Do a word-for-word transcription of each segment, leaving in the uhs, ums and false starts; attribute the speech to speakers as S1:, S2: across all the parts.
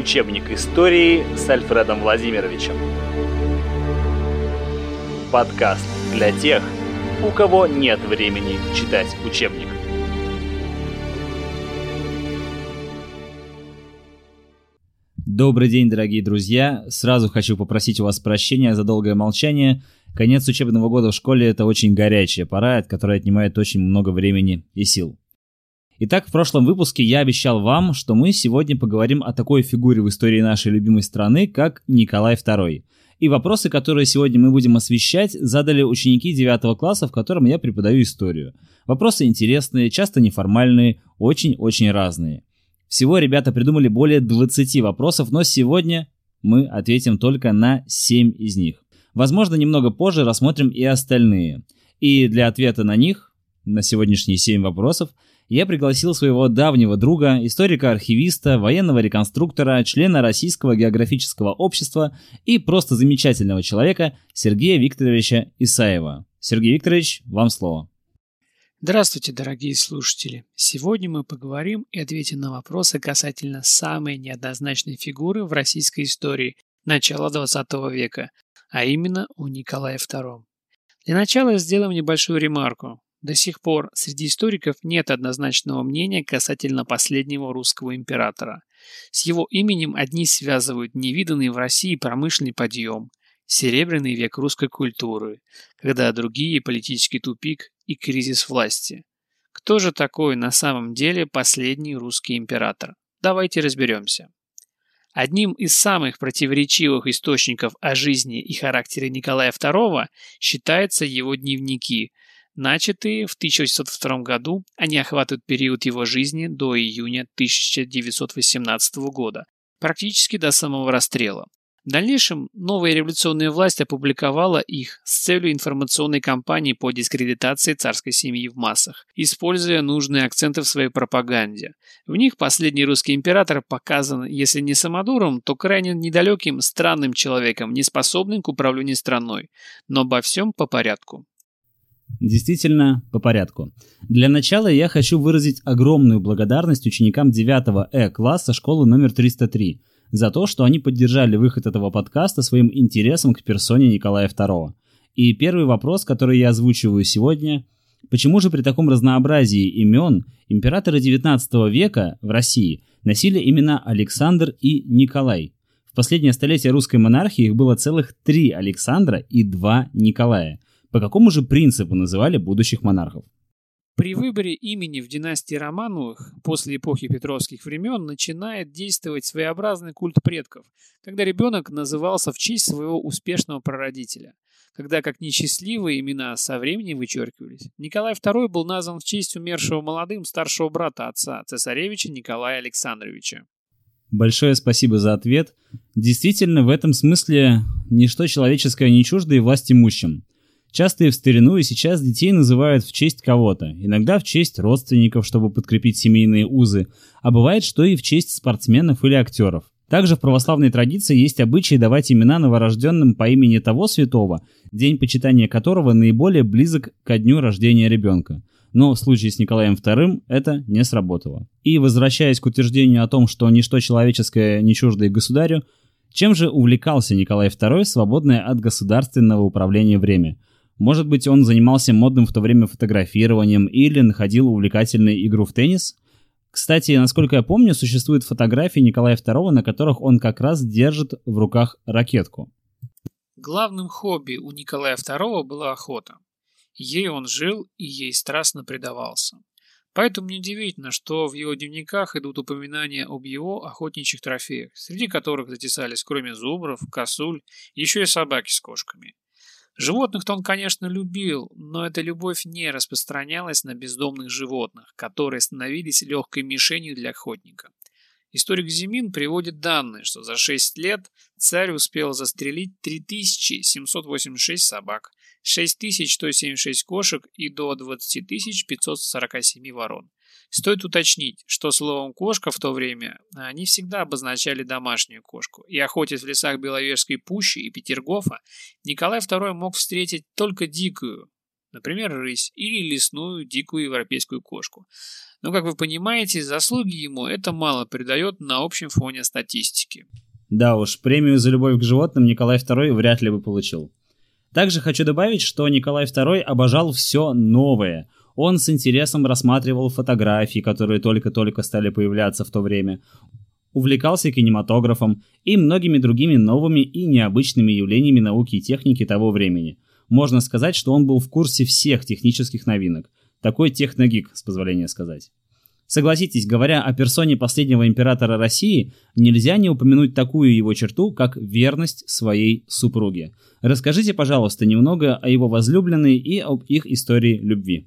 S1: Учебник истории с Альфредом Владимировичем. Подкаст для тех, у кого нет времени читать учебник.
S2: Добрый день, дорогие друзья! Сразу хочу попросить у вас прощения за долгое молчание. Конец учебного года в школе – это очень горячая пора, которая отнимает очень много времени и сил. Итак, в прошлом выпуске я обещал вам, что мы сегодня поговорим о такой фигуре в истории нашей любимой страны, как Николай второй. И вопросы, которые сегодня мы будем освещать, задали ученики девятого класса, в котором я преподаю историю. Вопросы интересные, часто неформальные, очень-очень разные. Всего ребята придумали более двадцати вопросов, но сегодня мы ответим только на семь из них. Возможно, немного позже рассмотрим и остальные. И для ответа на них, на сегодняшние семь вопросов, я пригласил своего давнего друга, историка-архивиста, военного реконструктора, члена Российского географического общества и просто замечательного человека Сергея Викторовича Исаева. Сергей Викторович, вам слово.
S3: Здравствуйте, дорогие слушатели! Сегодня мы поговорим и ответим на вопросы касательно самой неоднозначной фигуры в российской истории начала двадцатого века, а именно о Николае втором. Для начала сделаем небольшую ремарку. До сих пор среди историков нет однозначного мнения касательно последнего русского императора. С его именем одни связывают невиданный в России промышленный подъем, серебряный век русской культуры, когда другие – политический тупик и кризис власти. Кто же такой на самом деле последний русский император? Давайте разберемся. Одним из самых противоречивых источников о жизни и характере Николая второго считаются его дневники. Начатые в тысяча восемьсот втором году, они охватывают период его жизни до июня тысяча девятьсот восемнадцатого года, практически до самого расстрела. В дальнейшем новая революционная власть опубликовала их с целью информационной кампании по дискредитации царской семьи в массах, используя нужные акценты в своей пропаганде. В них последний русский император показан, если не самодуром, то крайне недалеким, странным человеком, неспособным к управлению страной. Но обо всем по порядку.
S2: Действительно, по порядку. Для начала я хочу выразить огромную благодарность ученикам девятого Э-класса школы номер триста три за то, что они поддержали выход этого подкаста своим интересом к персоне Николая второго. И первый вопрос, который я озвучиваю сегодня: почему же при таком разнообразии имен императоры девятнадцатого века в России носили имена Александр и Николай? В последнее столетие русской монархии их было целых три Александра и два Николая. По какому же принципу называли будущих монархов?
S3: При выборе имени в династии Романовых после эпохи Петровских времен начинает действовать своеобразный культ предков, когда ребенок назывался в честь своего успешного прародителя, когда как несчастливые имена со временем вычеркивались. Николай второй был назван в честь умершего молодым старшего брата отца, цесаревича Николая Александровича.
S2: Большое спасибо за ответ. Действительно, в этом смысле ничто человеческое не чуждо и власть имущим. Часто и в старину, и сейчас детей называют в честь кого-то, иногда в честь родственников, чтобы подкрепить семейные узы, а бывает, что и в честь спортсменов или актеров. Также в православной традиции есть обычай давать имена новорожденным по имени того святого, день почитания которого наиболее близок ко дню рождения ребенка. Но в случае с Николаем вторым это не сработало. И возвращаясь к утверждению о том, что ничто человеческое не чуждо и государю, чем же увлекался Николай второй в свободное от государственного управления время? Может быть, он занимался модным в то время фотографированием или находил увлекательную игру в теннис? Кстати, насколько я помню, существуют фотографии Николая второго, на которых он как раз держит в руках ракетку.
S3: Главным хобби у Николая второго была охота. Ей он жил и ей страстно предавался. Поэтому неудивительно, что в его дневниках идут упоминания об его охотничьих трофеях, среди которых затесались кроме зубров, косуль, еще и собаки с кошками. Животных-то он, конечно, любил, но эта любовь не распространялась на бездомных животных, которые становились легкой мишенью для охотника. Историк Зимин приводит данные, что за шесть лет царь успел застрелить три тысячи семьсот восемьдесят шесть собак, шесть тысяч сто семьдесят шесть кошек и до двадцать тысяч пятьсот сорок семь ворон. Стоит уточнить, что словом «кошка» в то время они всегда обозначали домашнюю кошку, и охотясь в лесах Беловежской пущи и Петергофа, Николай второй мог встретить только дикую, например, рысь или лесную дикую европейскую кошку. Но, как вы понимаете, заслуги ему это мало придает на общем фоне статистики.
S2: Да уж, премию за любовь к животным Николай второй вряд ли бы получил. Также хочу добавить, что Николай второй обожал все новое. Он с интересом рассматривал фотографии, которые только-только стали появляться в то время, увлекался кинематографом и многими другими новыми и необычными явлениями науки и техники того времени. Можно сказать, что он был в курсе всех технических новинок. Такой техногик, с позволения сказать. Согласитесь, говоря о персоне последнего императора России, нельзя не упомянуть такую его черту, как верность своей супруге. Расскажите, пожалуйста, немного о его возлюбленной и об их истории любви.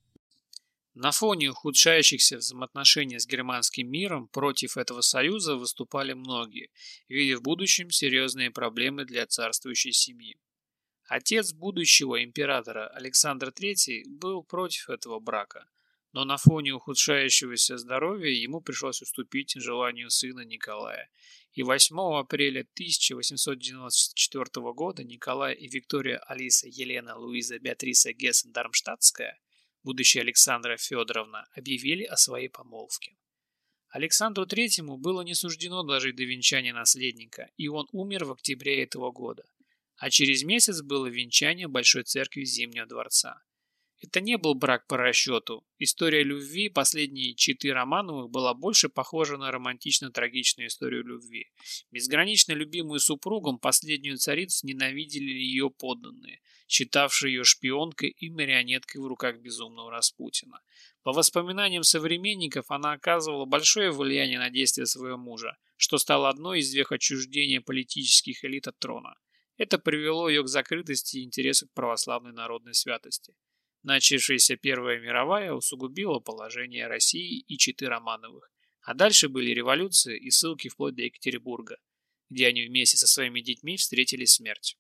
S3: На фоне ухудшающихся взаимоотношений с германским миром против этого союза выступали многие, видя в будущем серьезные проблемы для царствующей семьи. Отец будущего императора Александр третий был против этого брака, но на фоне ухудшающегося здоровья ему пришлось уступить желанию сына Николая. И восьмого апреля тысяча восемьсот девяносто четвёртого года Николай и Виктория Алиса Елена Луиза Беатриса Гессен-Дармштадтская, будущая Александра Федоровна, объявили о своей помолвке. Александру третьему было не суждено дожить до венчания наследника, и он умер в октябре этого года. А через месяц было венчание Большой церкви Зимнего дворца. Это не был брак по расчету. История любви последней четы Романовых была больше похожа на романтично-трагичную историю любви. Безгранично любимую супругом последнюю царицу ненавидели ее подданные, считавшие ее шпионкой и марионеткой в руках безумного Распутина. По воспоминаниям современников, она оказывала большое влияние на действия своего мужа, что стало одной из вех отчуждения политических элит от трона. Это привело ее к закрытости и интересу к православной народной святости. Начавшаяся Первая мировая усугубила положение России и четы Романовых, а дальше были революции и ссылки вплоть до Екатеринбурга, где они вместе со своими детьми встретили смерть.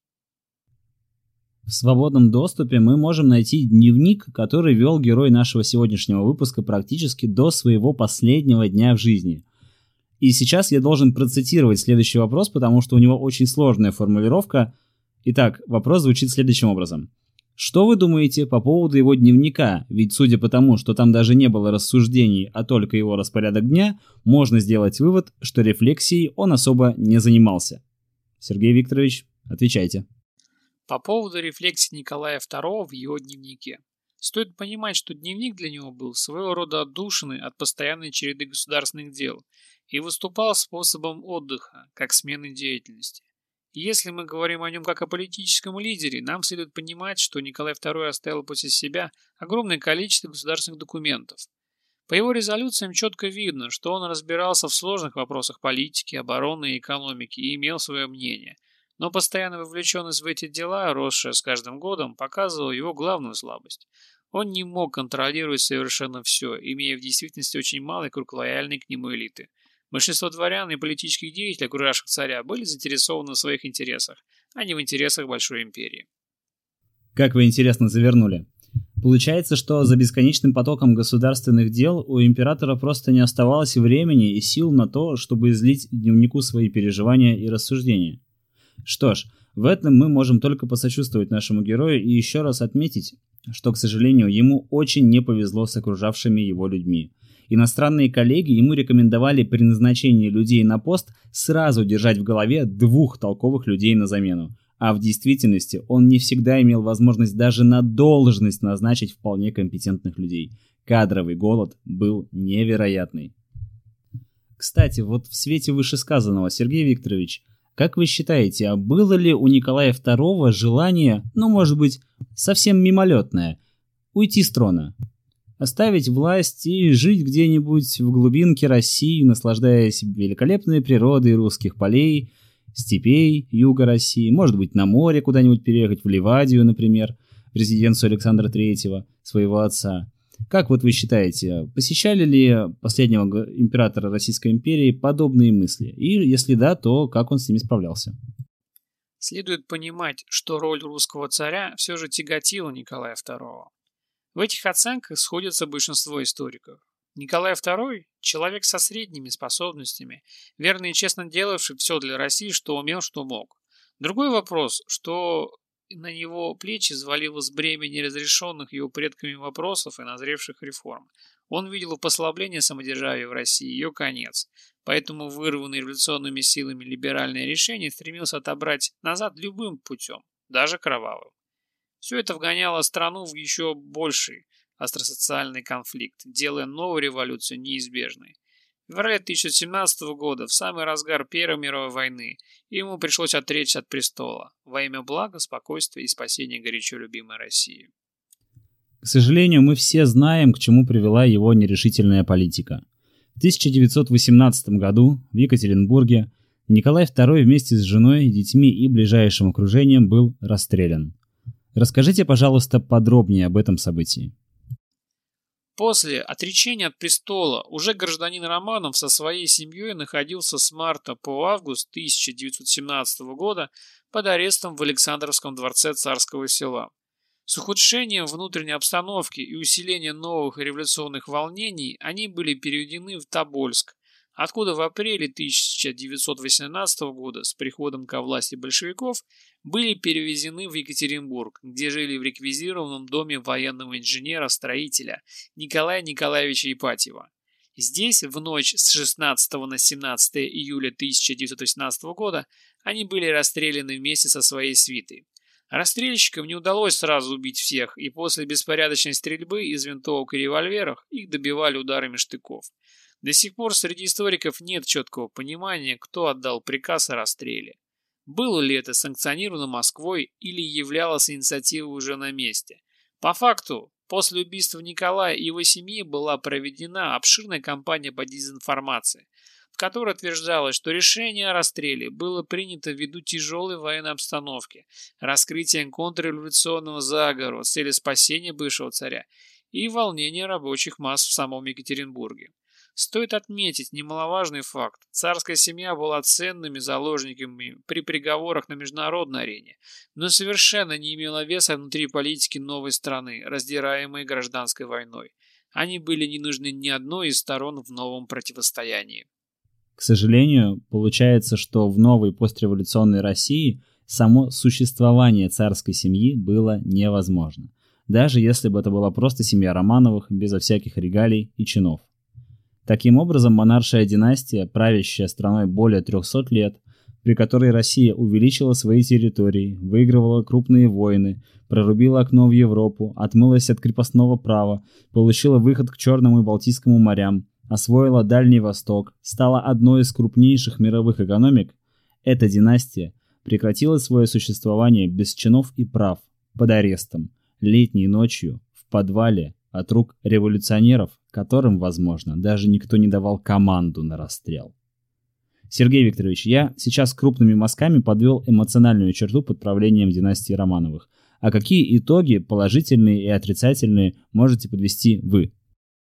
S2: В свободном доступе мы можем найти дневник, который вел герой нашего сегодняшнего выпуска практически до своего последнего дня в жизни. И сейчас я должен процитировать следующий вопрос, потому что у него очень сложная формулировка. Итак, вопрос звучит следующим образом. Что вы думаете по поводу его дневника? Ведь судя по тому, что там даже не было рассуждений, а только его распорядок дня, можно сделать вывод, что рефлексией он особо не занимался. Сергей Викторович, отвечайте.
S3: По поводу рефлексии Николая второго в его дневнике. Стоит понимать, что дневник для него был своего рода отдушиной от постоянной череды государственных дел и выступал способом отдыха, как смены деятельности. И если мы говорим о нем как о политическом лидере, нам следует понимать, что Николай второй оставил после себя огромное количество государственных документов. По его резолюциям четко видно, что он разбирался в сложных вопросах политики, обороны и экономики и имел свое мнение. Но постоянная вовлеченность в эти дела, росшая с каждым годом, показывала его главную слабость. Он не мог контролировать совершенно все, имея в действительности очень малый круг лояльной к нему элиты. Большинство дворян и политических деятелей, окружавших царя, были заинтересованы в своих интересах, а не в интересах Большой империи.
S2: Как вы интересно завернули. Получается, что за бесконечным потоком государственных дел у императора просто не оставалось времени и сил на то, чтобы излить дневнику свои переживания и рассуждения. Что ж, в этом мы можем только посочувствовать нашему герою и еще раз отметить, что, к сожалению, ему очень не повезло с окружавшими его людьми. Иностранные коллеги ему рекомендовали при назначении людей на пост сразу держать в голове двух толковых людей на замену, а в действительности он не всегда имел возможность даже на должность назначить вполне компетентных людей. Кадровый голод был невероятный. Кстати, вот в свете вышесказанного, Сергей Викторович, как вы считаете, а было ли у Николая второго желание, ну, может быть, совсем мимолетное, уйти с трона? Оставить власть и жить где-нибудь в глубинке России, наслаждаясь великолепной природой русских полей, степей юга России, может быть, на море куда-нибудь переехать, в Ливадию, например, в резиденцию Александра третьего, своего отца. Как вот вы считаете, посещали ли последнего императора Российской империи подобные мысли? И если да, то как он с ними справлялся?
S3: Следует понимать, что роль русского царя все же тяготила Николая второго. В этих оценках сходятся большинство историков. Николай второй – человек со средними способностями, верно и честно делавший все для России, что умел, что мог. Другой вопрос, что на его плечи взвалилось бремя неразрешенных его предками вопросов и назревших реформ. Он видел в послаблении самодержавия в России ее конец, поэтому вырванный революционными силами либеральное решение стремился отобрать назад любым путем, даже кровавым. Все это вгоняло страну в еще больший остросоциальный конфликт, делая новую революцию неизбежной. В феврале тысяча девятьсот семнадцатого года, в самый разгар Первой мировой войны, ему пришлось отречься от престола во имя блага, спокойствия и спасения горячо любимой России.
S2: К сожалению, мы все знаем, к чему привела его нерешительная политика. В тысяча девятьсот восемнадцатом году в Екатеринбурге Николай второй вместе с женой, детьми и ближайшим окружением был расстрелян. Расскажите, пожалуйста, подробнее об этом событии.
S3: После отречения от престола уже гражданин Романов со своей семьей находился с марта по август тысяча девятьсот семнадцатого года под арестом в Александровском дворце Царского Села. С ухудшением внутренней обстановки и усилением новых революционных волнений они были переведены в Тобольск, откуда в апреле тысяча девятьсот восемнадцатого года с приходом ко власти большевиков были перевезены в Екатеринбург, где жили в реквизированном доме военного инженера-строителя Николая Николаевича Ипатьева. Здесь в ночь с шестнадцатого на семнадцатое июля тысяча девятьсот восемнадцатого года они были расстреляны вместе со своей свитой. Расстрельщикам не удалось сразу убить всех, и после беспорядочной стрельбы из винтовок и револьверов их добивали ударами штыков. До сих пор среди историков нет четкого понимания, кто отдал приказ о расстреле. Было ли это санкционировано Москвой или являлось инициативой уже на месте. По факту, после убийства Николая и его семьи была проведена обширная кампания по дезинформации, в которой утверждалось, что решение о расстреле было принято ввиду тяжелой военной обстановки, раскрытием контрреволюционного заговора с целью спасения бывшего царя и волнения рабочих масс в самом Екатеринбурге. Стоит отметить немаловажный факт. Царская семья была ценными заложниками при приговорах на международной арене, но совершенно не имела веса внутри политики новой страны, раздираемой гражданской войной. Они были не нужны ни одной из сторон в новом противостоянии.
S2: К сожалению, получается, что в новой постреволюционной России само существование царской семьи было невозможно, даже если бы это была просто семья Романовых безо всяких регалий и чинов. Таким образом, монаршая династия, правящая страной более трехсот лет, при которой Россия увеличила свои территории, выигрывала крупные войны, прорубила окно в Европу, отмылась от крепостного права, получила выход к Черному и Балтийскому морям, освоила Дальний Восток, стала одной из крупнейших мировых экономик, эта династия прекратила свое существование без чинов и прав, под арестом, летней ночью, в подвале, от рук революционеров, которым, возможно, даже никто не давал команду на расстрел. Сергей Викторович, я сейчас крупными мазками подвел эмоциональную черту под правлением династии Романовых. А какие итоги, положительные и отрицательные, можете подвести вы?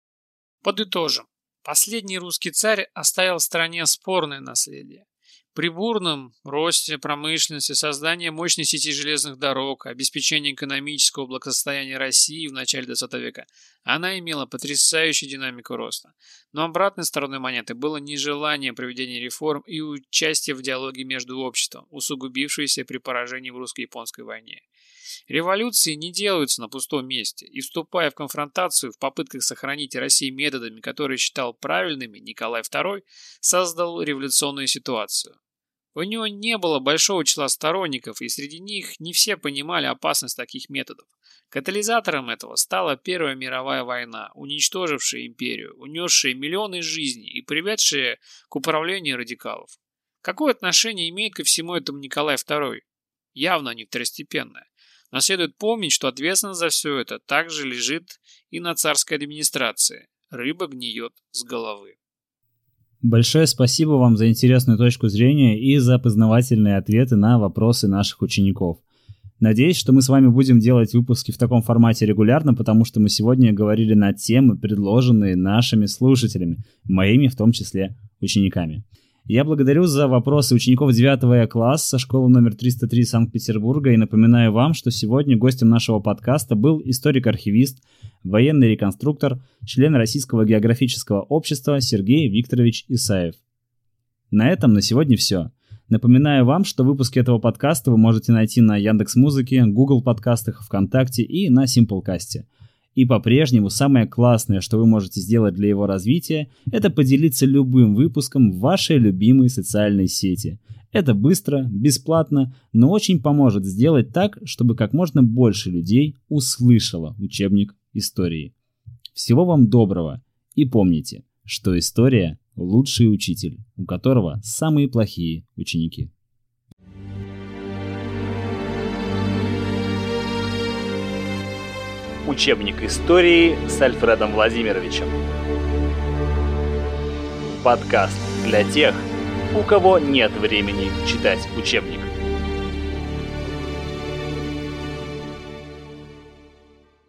S3: Подытожим. Последний русский царь оставил в стране спорное наследие. При бурном росте промышленности, создании мощной сети железных дорог, обеспечении экономического благосостояния России в начале двадцатого века, она имела потрясающую динамику роста. Но обратной стороной монеты было нежелание проведения реформ и участие в диалоге между обществом, усугубившееся при поражении в русско-японской войне. Революции не делаются на пустом месте, и вступая в конфронтацию в попытках сохранить Россию методами, которые считал правильными, Николай второй создал революционную ситуацию. У него не было большого числа сторонников, и среди них не все понимали опасность таких методов. Катализатором этого стала Первая мировая война, уничтожившая империю, унесшая миллионы жизней и приведшая к управлению радикалов. Какое отношение имеет ко всему этому Николай второй? Явно не второстепенное. Но следует помнить, что ответственность за все это также лежит и на царской администрации. Рыба гниет с головы.
S2: Большое спасибо вам за интересную точку зрения и за познавательные ответы на вопросы наших учеников. Надеюсь, что мы с вами будем делать выпуски в таком формате регулярно, потому что мы сегодня говорили на темы, предложенные нашими слушателями, моими в том числе учениками. Я благодарю за вопросы учеников девятого класса школы номер триста три Санкт-Петербурга и напоминаю вам, что сегодня гостем нашего подкаста был историк-архивист, военный реконструктор, член Российского географического общества Сергей Викторович Исаев. На этом на сегодня все. Напоминаю вам, что выпуски этого подкаста вы можете найти на Яндекс.Музыке, Google подкастах, ВКонтакте и на Simplecast. И по-прежнему самое классное, что вы можете сделать для его развития, это поделиться любым выпуском в вашей любимой социальной сети. Это быстро, бесплатно, но очень поможет сделать так, чтобы как можно больше людей услышало учебник истории. Всего вам доброго и помните, что история – лучший учитель, у которого самые плохие ученики.
S1: Учебник истории с Альфредом Владимировичем. Подкаст для тех, у кого нет времени читать учебник.